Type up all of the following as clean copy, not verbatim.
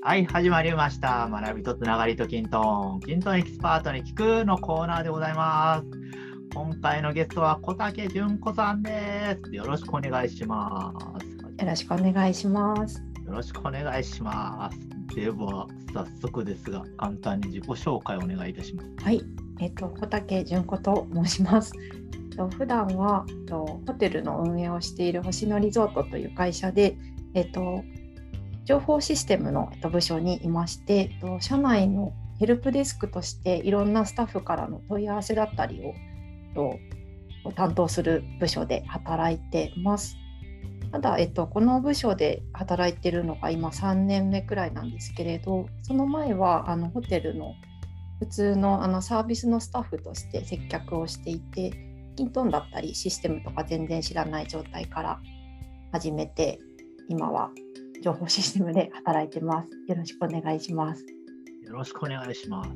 はい、始まりました。学びとつながりとキントン。キントンエキスパートに聞くのコーナーでございます。今回のゲストは小竹純子さんです。よろしくお願いします。 よろしくお願いします。 よろしくお願いします。では、早速ですが、簡単に自己紹介をお願いいたします。 はい、小竹純子と申します。普段はホテルの運営をしている星野リゾートという会社で、情報システムの部署にいまして、社内のヘルプデスクとしていろんなスタッフからの問い合わせだったりを担当する部署で働いています。ただ、この部署で働いているのが今3年目くらいなんですけれど、その前はホテルの普通のサービスのスタッフとして接客をしていて、キントンだったりシステムとか全然知らない状態から始めて、今は情報システムで働いてます。よろしくお願いします。 よろしくお願いします。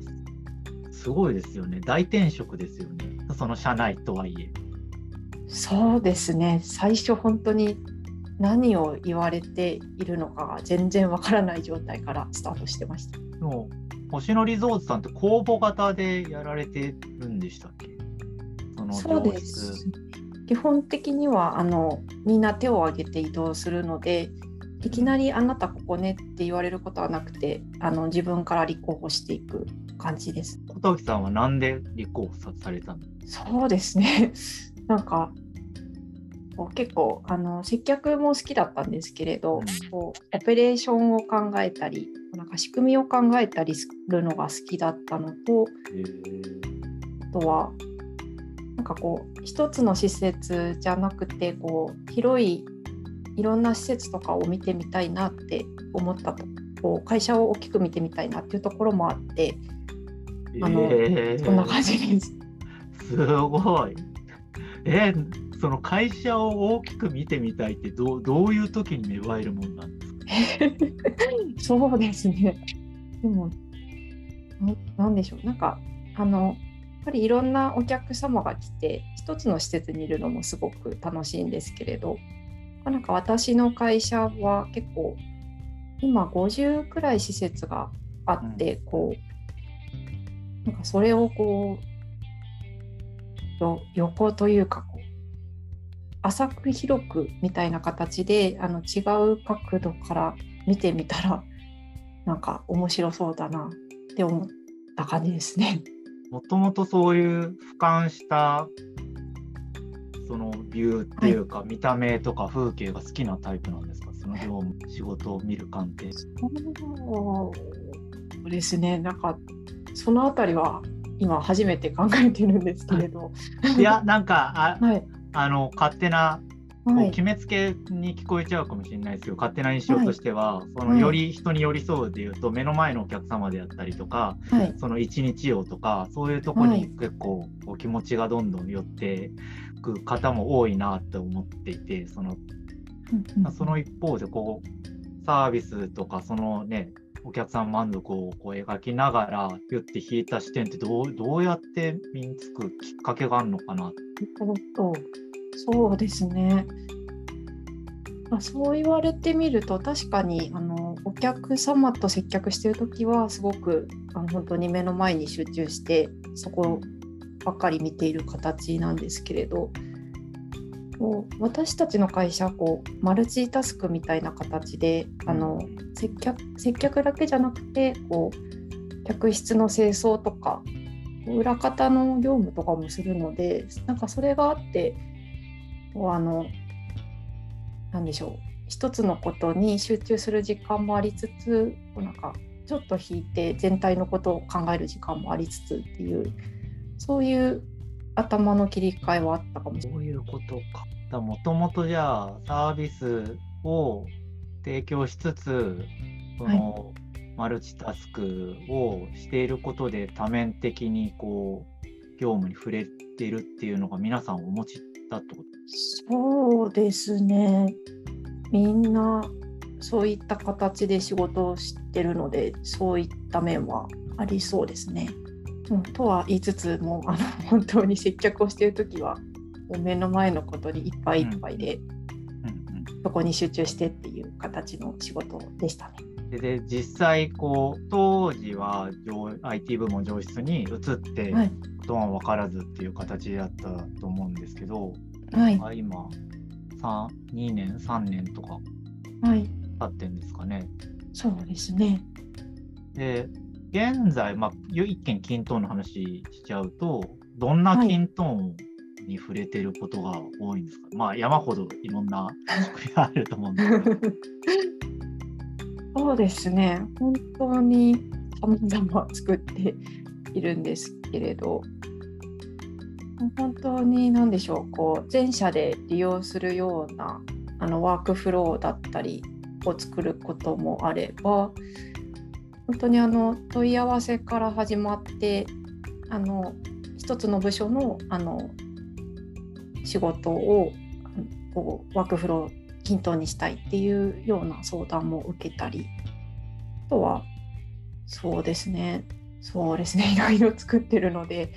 すごいですよね。大転職ですよね。その社内とはいえ。 そうですね。最初本当に何を言われているのかが全然わからない状態からスタートしてました。 でも星野リゾートさんって公募型でやられてるんでしたっけ？ そうです。基本的にはみんな手を挙げて移動するので、いきなりあなたここねって言われることはなくて、自分から立候補していく感じです。 小竹さんはなんで立候補されたの？ そうですね。なんか結構接客も好きだったんですけれど、オペレーションを考えたり、なんか仕組みを考えたりするのが好きだったのと、あとはなんか一つの施設じゃなくて広いいろんな施設とかを見てみたいなって思ったと、会社を大きく見てみたいなっていうところもあって、そんな感じです。 すごい。その会社を大きく見てみたいってどういう時に芽生えるもんなんですか？ そうですね。でもなんでしょう、なんかやっぱりいろんなお客様が来て一つの施設にいるのもすごく楽しいんですけれど、なんか私の会社は結構今50くらい施設があって、なんかそれを横というか浅く広くみたいな形で違う角度から見てみたらなんか面白そうだなって思った感じですね。 もともとそういう俯瞰したそのビューっていうか、見た目とか風景が好きなタイプなんですか？その業務仕事を見る関係。 そうですね。なんかそのあたりは今初めて考えてるんですけれど。 いやなんかはい、 勝手な決めつけに聞こえちゃうかもしれないですけど、勝手な印象としては、より人に寄り添うでいうと、目の前のお客様であったりとか、その一日用とかそういうところに結構気持ちがどんどん寄っていく方も多いなって思っていて、その一方でサービスとかお客さん満足を描きながらピュッて引いた視点ってどうやって身につくきっかけがあるのかな。 そうですね。そう言われてみると確かにお客様と接客しているときはすごく本当に目の前に集中してそこばっかり見ている形なんですけれど、私たちの会社はマルチタスクみたいな形で接客だけじゃなくて客室の清掃とか裏方の業務とかもするので、なんかそれがあってなんでしょう、一つのことに集中する時間もありつつ、なんかちょっと引いて全体のことを考える時間もありつつっていう、そういう頭の切り替えはあったかもしれない。 そういうことか。もともとじゃあサービスを提供しつつ、マルチタスクをしていることで多面的に業務に触れているっていうのが皆さんお持ちだってこと？ そうですね。みんなそういった形で仕事をしてるので、そういった面はありそうですね。とは言いつつも本当に接客をしているときは目の前のことにいっぱいいっぱいで、そこに集中してっていう形の仕事でしたね。 で実際こう当時はIT 部門上質に移ってことは分からずっていう形だったと思うんですけど、 はい、 今2年3年とかはい、 経ってんですかね。 そうですね。 で現在、一見キントーンの話しちゃうと、どんなキントーンに触れてることが多いんですか？山ほどいろんな職業あると思うんですけど。 そうですね。本当に様々作っているんですけれど、本当に何でしょう、こう全社で利用するようなワークフローだったりを作ることもあれば、本当に問い合わせから始まって一つの部署の仕事をこうワークフロー均等にしたいっていうような相談も受けたり、あとはそうですねいろいろ作ってるので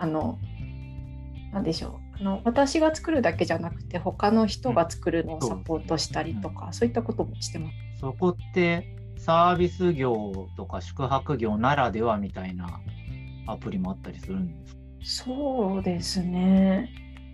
なんでしょう、私が作るだけじゃなくて他の人が作るのをサポートしたりとか、そういったこともしてます。 そこってサービス業とか宿泊業ならではみたいなアプリもあったりするんですか？ そうですね、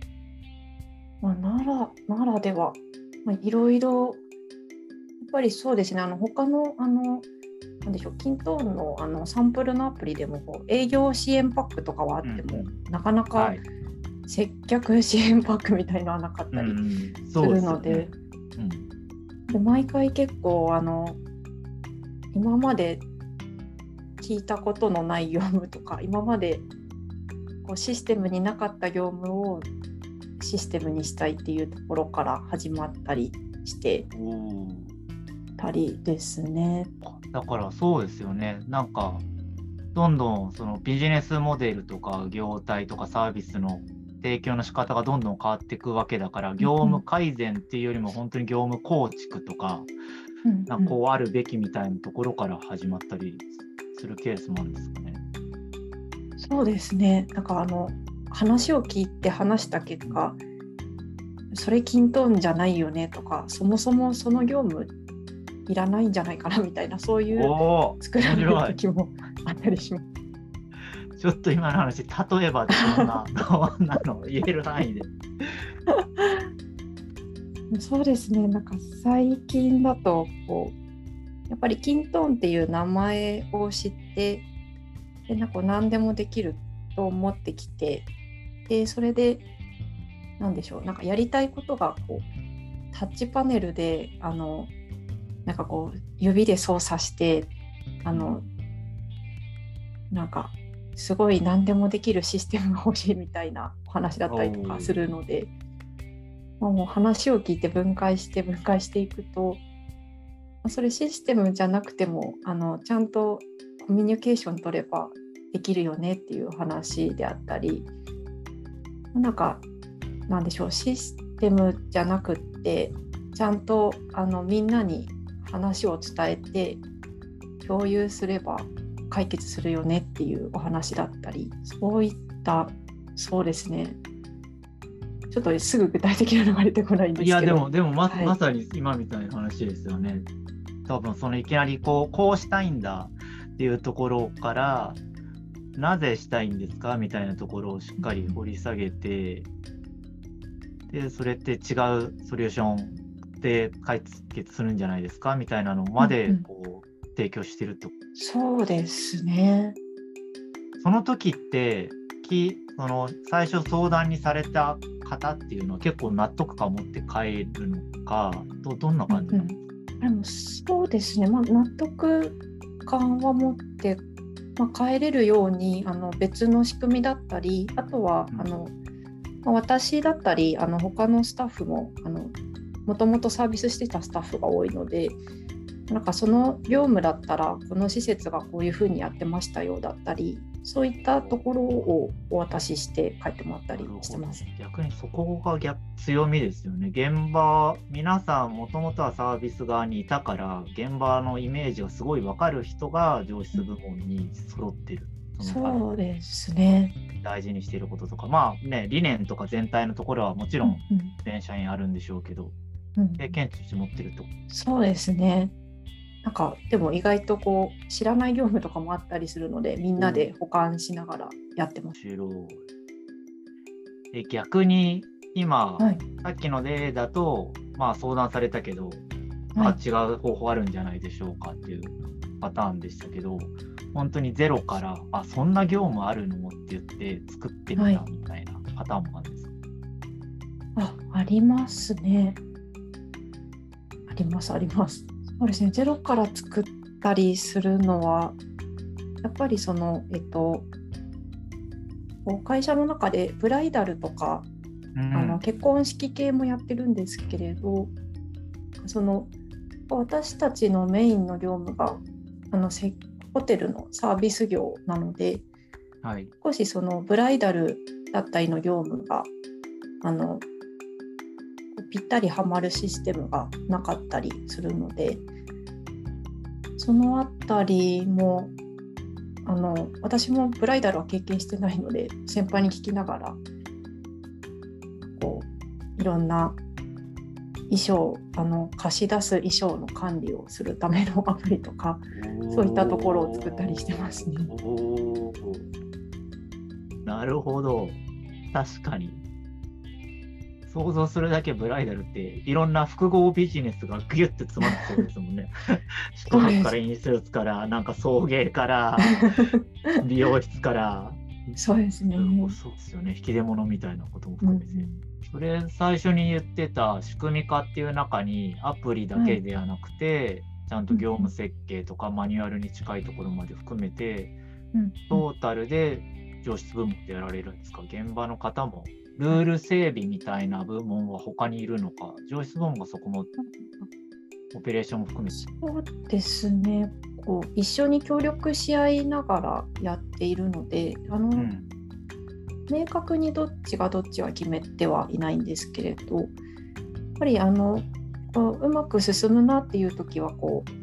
ならではいろいろやっぱりそうですね、他のなんでしょう、キントーンのサンプルのアプリでも営業支援パックとかはあっても、なかなか接客支援パックみたいなのはなかったりするので、で毎回結構今まで聞いたことのない業務とか、今までこうシステムになかった業務をシステムにしたいっていうところから始まったりしてたりですね。 だからそうですよね。なんかどんどんそのビジネスモデルとか業態とかサービスの提供の仕方がどんどん変わっていくわけだから、業務改善っていうよりも本当に業務構築とか、なんかこうあるべきみたいなところから始まったりするケースもあるんですかね。 そうですね。なんか話を聞いて話した結果、それキントーンじゃないよねとか、そもそもその業務いらないんじゃないかなみたいな、そういう作られる時もあったりします。 ちょっと今の話、例えばどんなの言える範囲で。 そうですね、なんか最近だとやっぱりキントーンっていう名前を知って、でなんか何でもできると思ってきて、でそれでなんでしょう、なんかやりたいことがタッチパネルでなんか指で操作してなんかすごい何でもできるシステムが欲しいみたいなお話だったりとかするので、もう話を聞いて分解していくと、それシステムじゃなくてもちゃんとコミュニケーション取ればできるよねっていう話であったり、なんでしょう、システムじゃなくってちゃんとみんなに話を伝えて共有すれば解決するよねっていうお話だったり、そういったそうですね、ちょっとすぐ具体的なのが出てこないんですけど、 いやでもまさに今みたいな話ですよね。多分そのいきなりこうしたいんだっていうところから、なぜしたいんですかみたいなところをしっかり掘り下げて、でそれって違うソリューションで解決するんじゃないですかみたいなのまで提供してるってこと。 そうですね。 その時ってその最初相談にされた方っていうのは結構納得感を持って帰るのか、どんな感じなんですか？ でもそうですね、納得感は持って、帰れるように別の仕組みだったり、あとは私だったり他のスタッフももともとサービスしてたスタッフが多いので、なんかその業務だったらこの施設がこういうふうにやってましたよだったり、そういったところをお渡しして帰ってもらったりしてます。 逆にそこが強みですよね。皆さんもともとはサービス側にいたから、現場のイメージがすごい分かる人が上質部門に揃ってる。 そうですね。 大事にしていることとか、理念とか全体のところはもちろん全社員あるんでしょうけど、経験値持ってると。 そうですね。 なんかでも意外とこう知らない業務とかもあったりするので、みんなで補完しながらやってます。 面白い。逆に今、 はい、 さっきの例だと、まあ、相談されたけど、 はい、 違う方法あるんじゃないでしょうかっていうパターンでしたけど、本当にゼロからそんな業務あるのって言って作ってみたみたいなパターンもあるんですか？ ありますね。ありますあります。そうですね。ゼロから作ったりするのはやっぱりその会社の中でブライダルとか、結婚式系もやってるんですけれど、その私たちのメインの業務がホテルのサービス業なので、 はい、 少しそのブライダルだったりの業務がぴったりはまるシステムがなかったりするので、そのあたりも私もブライダルは経験してないので、先輩に聞きながらこういろんな衣装貸し出す衣装の管理をするためのアプリとか、そういったところを作ったりしてますね。 なるほど。確かに想像するだけブライダルっていろんな複合ビジネスがギュッて詰まってそうですもんね。宿泊からインスーツからなんか送迎から美容室からそうですね。 そうですよね。引き出物みたいなことも含めて、それ最初に言ってた仕組み化っていう中にアプリだけではなくて、ちゃんと業務設計とかマニュアルに近いところまで含めて、トータルで上質部門ってやられるんですか？現場の方もルール整備みたいな部門は他にいるのか、上質部門がそこもオペレーションも含めて。 そうですね。一緒に協力し合いながらやっているので、明確にどっちがどっちは決めてはいないんですけれど、やっぱりうまく進むなっていう時は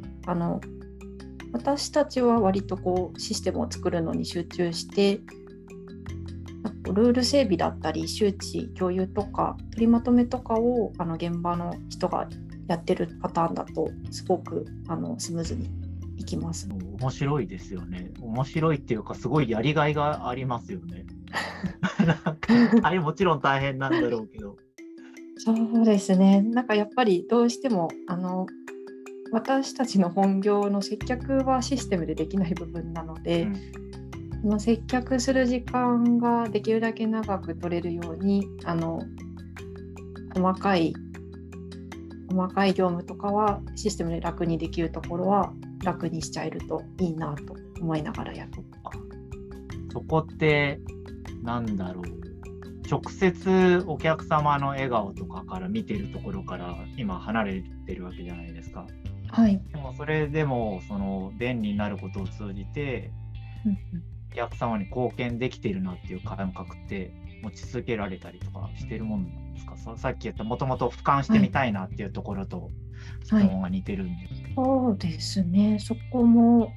私たちは割とシステムを作るのに集中して、ルール整備だったり周知共有とか取りまとめとかを現場の人がやってるパターンだとすごくスムーズにいきます。 面白いですよね。面白いっていうかすごいやりがいがありますよね。なんかもちろん大変なんだろうけど。 そうですね。なんかやっぱりどうしても私たちの本業の接客はシステムでできない部分なので、その接客する時間ができるだけ長く取れるように細かい業務とかはシステムで楽にできるところは楽にしちゃえるといいなと思いながらやる。 そこってなんだろう、直接お客様の笑顔とかから見てるところから今離れてるわけじゃないですか。 はい。 でもそれでもその便利になることを通じて、お客様に貢献できているなっていう感覚って持ち続けられたりとかしてるもんなんですか？さっき言ったもともと俯瞰してみたいなっていうところと質問が似てるんで、 そうですね。そこも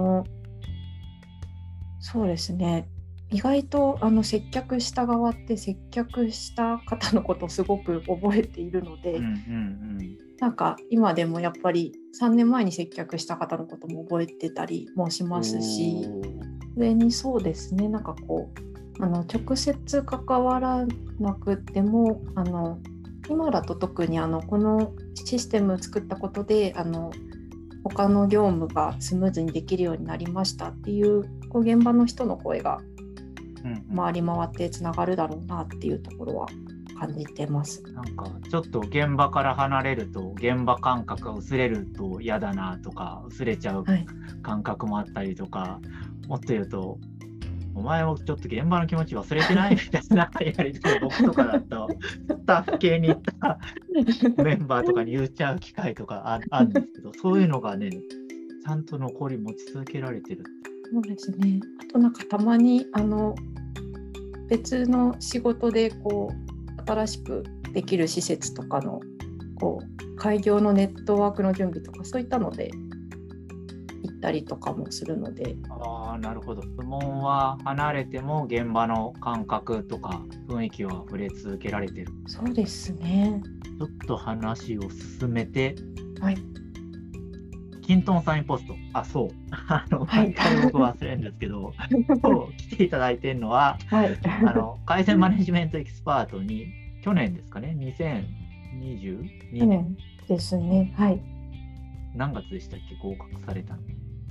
そうですね。意外と接客した側って接客した方のことをすごく覚えているので、なんか今でもやっぱり3年前に接客した方のことも覚えてたりもしますし、それにそうですね、なんか直接関わらなくても今だと特にこのシステムを作ったことで他の業務がスムーズにできるようになりましたっていう現場の人の声が回り回ってつながるだろうなっていうところは感じてます。 なんかちょっと現場から離れると現場感覚が薄れると嫌だなとか、薄れちゃう感覚もあったりとか、もっと言うとお前もちょっと現場の気持ち忘れてないみたいなやりとり僕とかだとスタッフ系に行ったメンバーとかに言っちゃう機会とかあるんですけど、そういうのがねちゃんと残り持ち続けられてる。 そうですね。あとなんかたまに別の仕事で新しくできる施設とかの開業のネットワークの準備とかそういったので行ったりとかもするので。 なるほど。部門は離れても現場の感覚とか雰囲気は触れ続けられてる。 そうですね。 ちょっと話を進めて、 キントンサインポスト。そう。 はい毎回僕忘れるんですけど、今日来ていただいているのは、 はい。 改善マネジメントエキスパートに、去年ですかね、2022 去年。 年ですね。はい。 何月でしたっけ、合格されたの。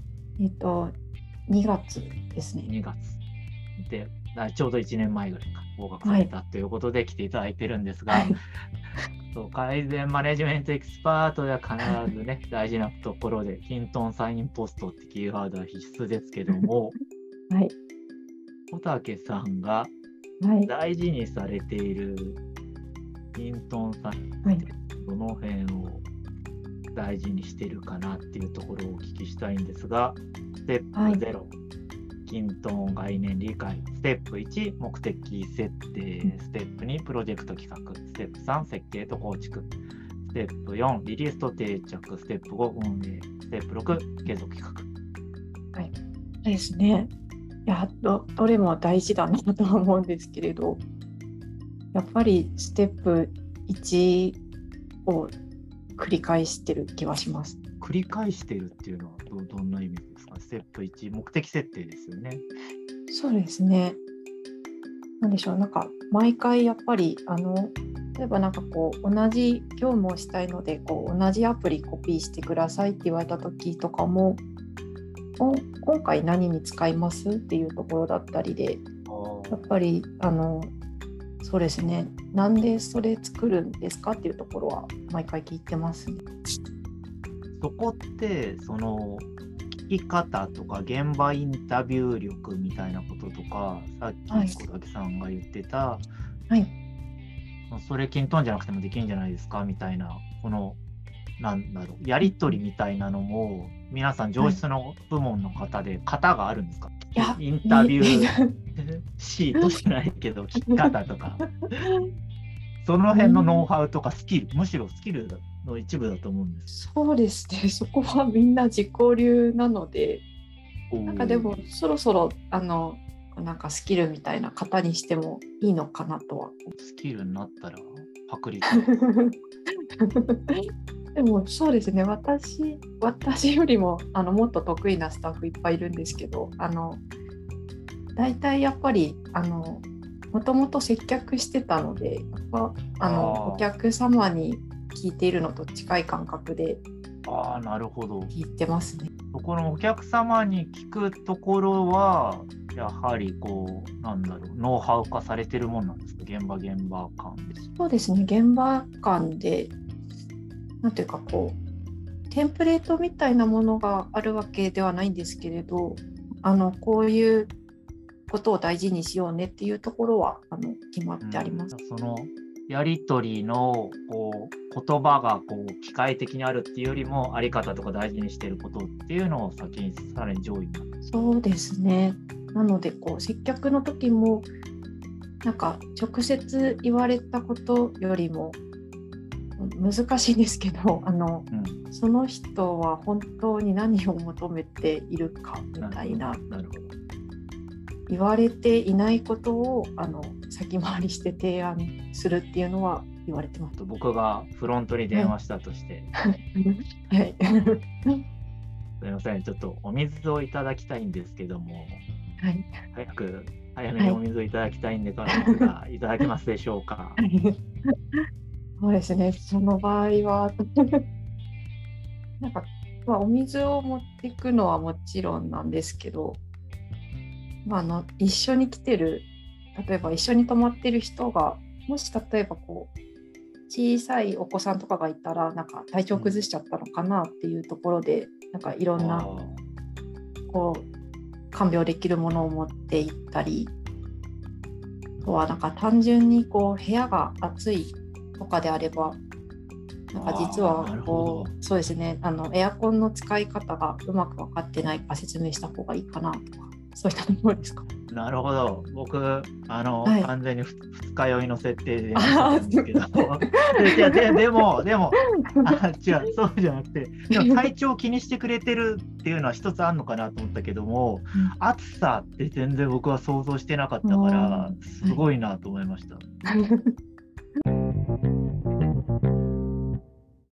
2月ですね。 2月。で、ちょうど1年前ぐらいか、合格されたということで来ていただいてるんですが、 はい。 そう改善マネジメントエキスパートでは必ずね、大事なところで、キントンサインポストってキーワードは必須ですけども、 はい。 小竹さんがはい。 大事にされているキントンサイン、 はい。 どの辺を大事にしているかなっていうところをお聞きしたいんですが、ステップ0、キントン概念理解、ステップ1、目的設定、ステップ2、プロジェクト企画、ステップ3、設計と構築、ステップ4、リリースと定着、ステップ5、運営、ステップ6、継続企画。 はい。ですね。いや、どれも大事だなとは思うんですけれど、やっぱりステップ1を繰り返してる気はします。 繰り返しているっていうのはどんな意味ですか？ステップ1、目的設定ですよね。 そうですね。なんでしょう、なんか毎回やっぱり例えばなんかこう同じ業務をしたいので同じアプリコピーしてくださいって言われた時とかも、今回何に使いますっていうところだったりで、やっぱりそうですね、なんでそれ作るんですかっていうところは毎回聞いてますね。 そこってその聞き方とか現場インタビュー力みたいなこととか、さっき小竹さんが言ってた、 はい、 それキントンじゃなくてもできるんじゃないですかみたいな、このなんだろう、やり取りみたいなのも皆さん上質の部門の方で型があるんですか？ いやインタビューシートじゃないけど聞き方とかその辺のノウハウとかスキル、むしろスキルの一部だと思うんです。 そうですね、そこはみんな自己流なので、なんかでもそろそろなんかスキルみたいな型にしてもいいのかなとは。 スキルになったらパクリでもそうですね、私よりももっと得意なスタッフいっぱいいるんですけど、大体やっぱりもともと接客してたので、お客様に聞いているのと近い感覚でなるほど。 聞いてますね。 このお客様に聞くところはやはりこうなんだろう、ノウハウ化されてるもんなんですか？現場間で。 そうですね、現場間でなんていうかテンプレートみたいなものがあるわけではないんですけれど、こういうことを大事にしようねっていうところは決まってあります。 そのやり取りの言葉が機械的にあるっていうよりも、あり方とか大事にしていることっていうのを先にさらに上位になる。 そうですね。なので接客の時もなんか直接言われたことよりも難しいんですけど、その人は本当に何を求めているかみたいな、言われていないことを先回りして提案するっていうのは言われてます。 僕がフロントに電話したとして、 はい、 すみません、ちょっとお水をいただきたいんですけども、 はい、 早めにお水をいただきたいんでからですが、いただけますでしょうか？ そうですね、その場合はなんか、お水を持っていくのはもちろんなんですけど、一緒に来てる、例えば一緒に泊まってる人がもし例えば小さいお子さんとかがいたらなんか体調崩しちゃったのかなっていうところで、なんかいろんな看病できるものを持って行ったり、あとはなんか単純に部屋が暑いとかであれば、なんか実はそうですね、エアコンの使い方がうまく分かってないか説明した方がいいかなとか、そういったところですか？ なるほど。僕完全に二日酔いの設定でなんですけどでも違う、そうじゃなくて、でも体調を気にしてくれてるっていうのは一つあるのかなと思ったけども、暑さって全然僕は想像してなかったから、すごいなと思いました。